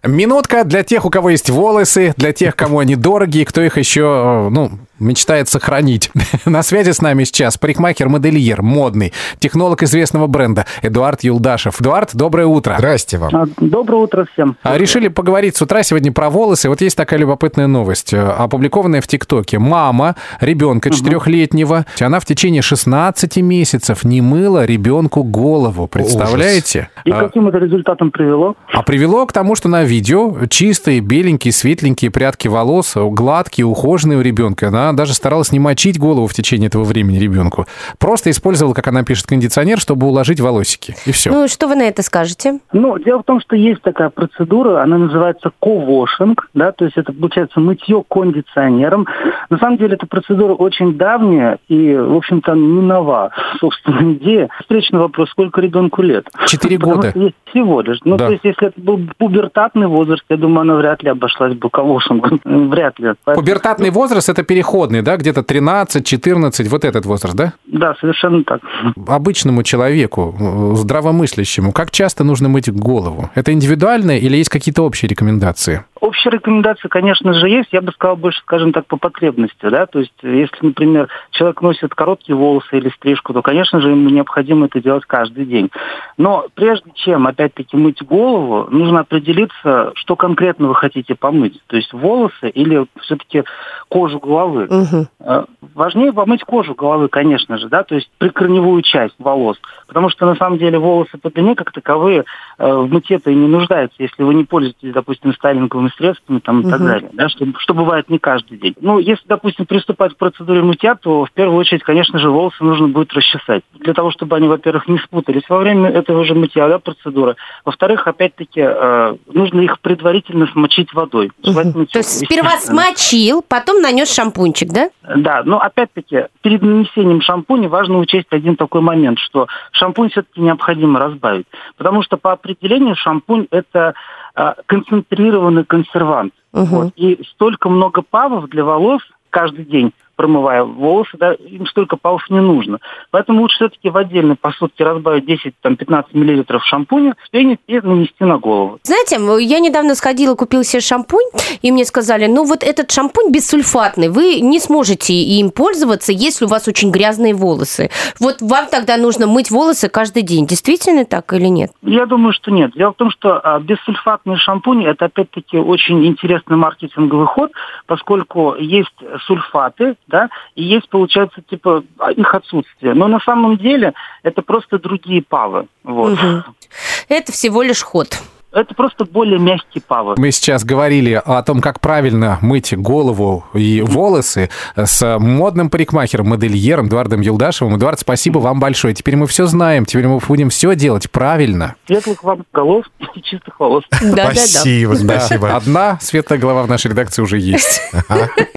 Минутка для тех, у кого есть волосы, для тех, кому они дороги, кто их еще, мечтает сохранить. На связи с нами сейчас парикмахер-модельер, модный, технолог известного бренда Эдуард Юлдашев. Эдуард, доброе утро. Здрасте вам. Доброе утро всем. Решили поговорить с утра сегодня про волосы. Вот есть такая любопытная новость, опубликованная в ТикТоке. Мама ребенка 4-летнего, она в течение 16 месяцев не мыла ребенку голову. Представляете? И каким это результатом привело? А привело к тому, что на видео чистые, беленькие, светленькие прядки волос, гладкие, ухоженные у ребенка. Она даже старалась не мочить голову в течение этого времени ребенку. Просто использовала, как она пишет, кондиционер, чтобы уложить волосики. И все. Ну, что вы на это скажете? Дело в том, что есть такая процедура, она называется ко-вошинг, да, то есть это, получается, мытье кондиционером. На самом деле, эта процедура очень давняя и, в общем-то, не нова, собственно, идея. Встречный вопрос, сколько ребенку лет? 4 года. Всего лишь. Да. То есть, если это был пубертатный возраст, я думаю, она вряд ли обошлась бы ко-вошингом. Вряд ли. Пубертатный возраст – это переходный, да? Где-то 13, 14, вот этот возраст, да? Да, совершенно так. Обычному человеку, здравомыслящему, как часто нужно мыть голову? Это индивидуально или есть какие-то общие рекомендации? Общие рекомендации, конечно же, есть. Я бы сказал больше, скажем так, по потребности, да. То есть, если, например, человек носит короткие волосы или стрижку, то, конечно же, ему необходимо это делать каждый день. Но прежде чем, опять-таки, мыть голову, нужно определиться, что конкретно вы хотите помыть. То есть волосы или все-таки кожу головы. Угу. Важнее помыть кожу головы, конечно же, да, то есть прикорневую часть волос. Потому что, на самом деле, волосы по длине, как таковые, в мытье-то и не нуждаются, если вы не пользуетесь, допустим, стайлинговыми средствами там, и так далее, да, что бывает не каждый день. Если, допустим, приступать к процедуре мытья, то в первую очередь, конечно же, волосы нужно будет расчесать. Для того, чтобы они, во-первых, не спутались во время этого же мытья, да, процедуры. Во-вторых, опять-таки, нужно их предварительно смочить водой. То есть сперва смочил, потом нанес шампунчик, да? Да, но опять-таки, перед нанесением шампуня важно учесть один такой момент, что шампунь все-таки необходимо разбавить. Потому что по определению шампунь – это концентрированный консервант. Вот. И столько много ПАВов для волос каждый день, промывая волосы, да, им столько ПАВов не нужно. Поэтому лучше все-таки в отдельной посудке разбавить 10-15 миллилитров шампуня, пенить и нанести на голову. Знаете, я недавно сходила, купила себе шампунь, и мне сказали, вот этот шампунь бессульфатный, вы не сможете им пользоваться, если у вас очень грязные волосы. Вот вам тогда нужно мыть волосы каждый день. Действительно так или нет? Я думаю, что нет. Дело в том, что бессульфатные шампуни – это, опять-таки, очень интересный маркетинговый ход, поскольку есть сульфаты, да, и есть, получается, их отсутствие. Но на самом деле это просто другие ПАВы. Вот. Угу. Это всего лишь ход. Это просто более мягкие ПАВы. Мы сейчас говорили о том, как правильно мыть голову и волосы с модным парикмахером, модельером Эдуардом Юлдашевым. Эдуард, спасибо вам большое. Теперь мы все знаем, теперь мы будем все делать правильно. Светлых вам голов и чистых волос. Спасибо. Одна светлая голова в нашей редакции уже есть.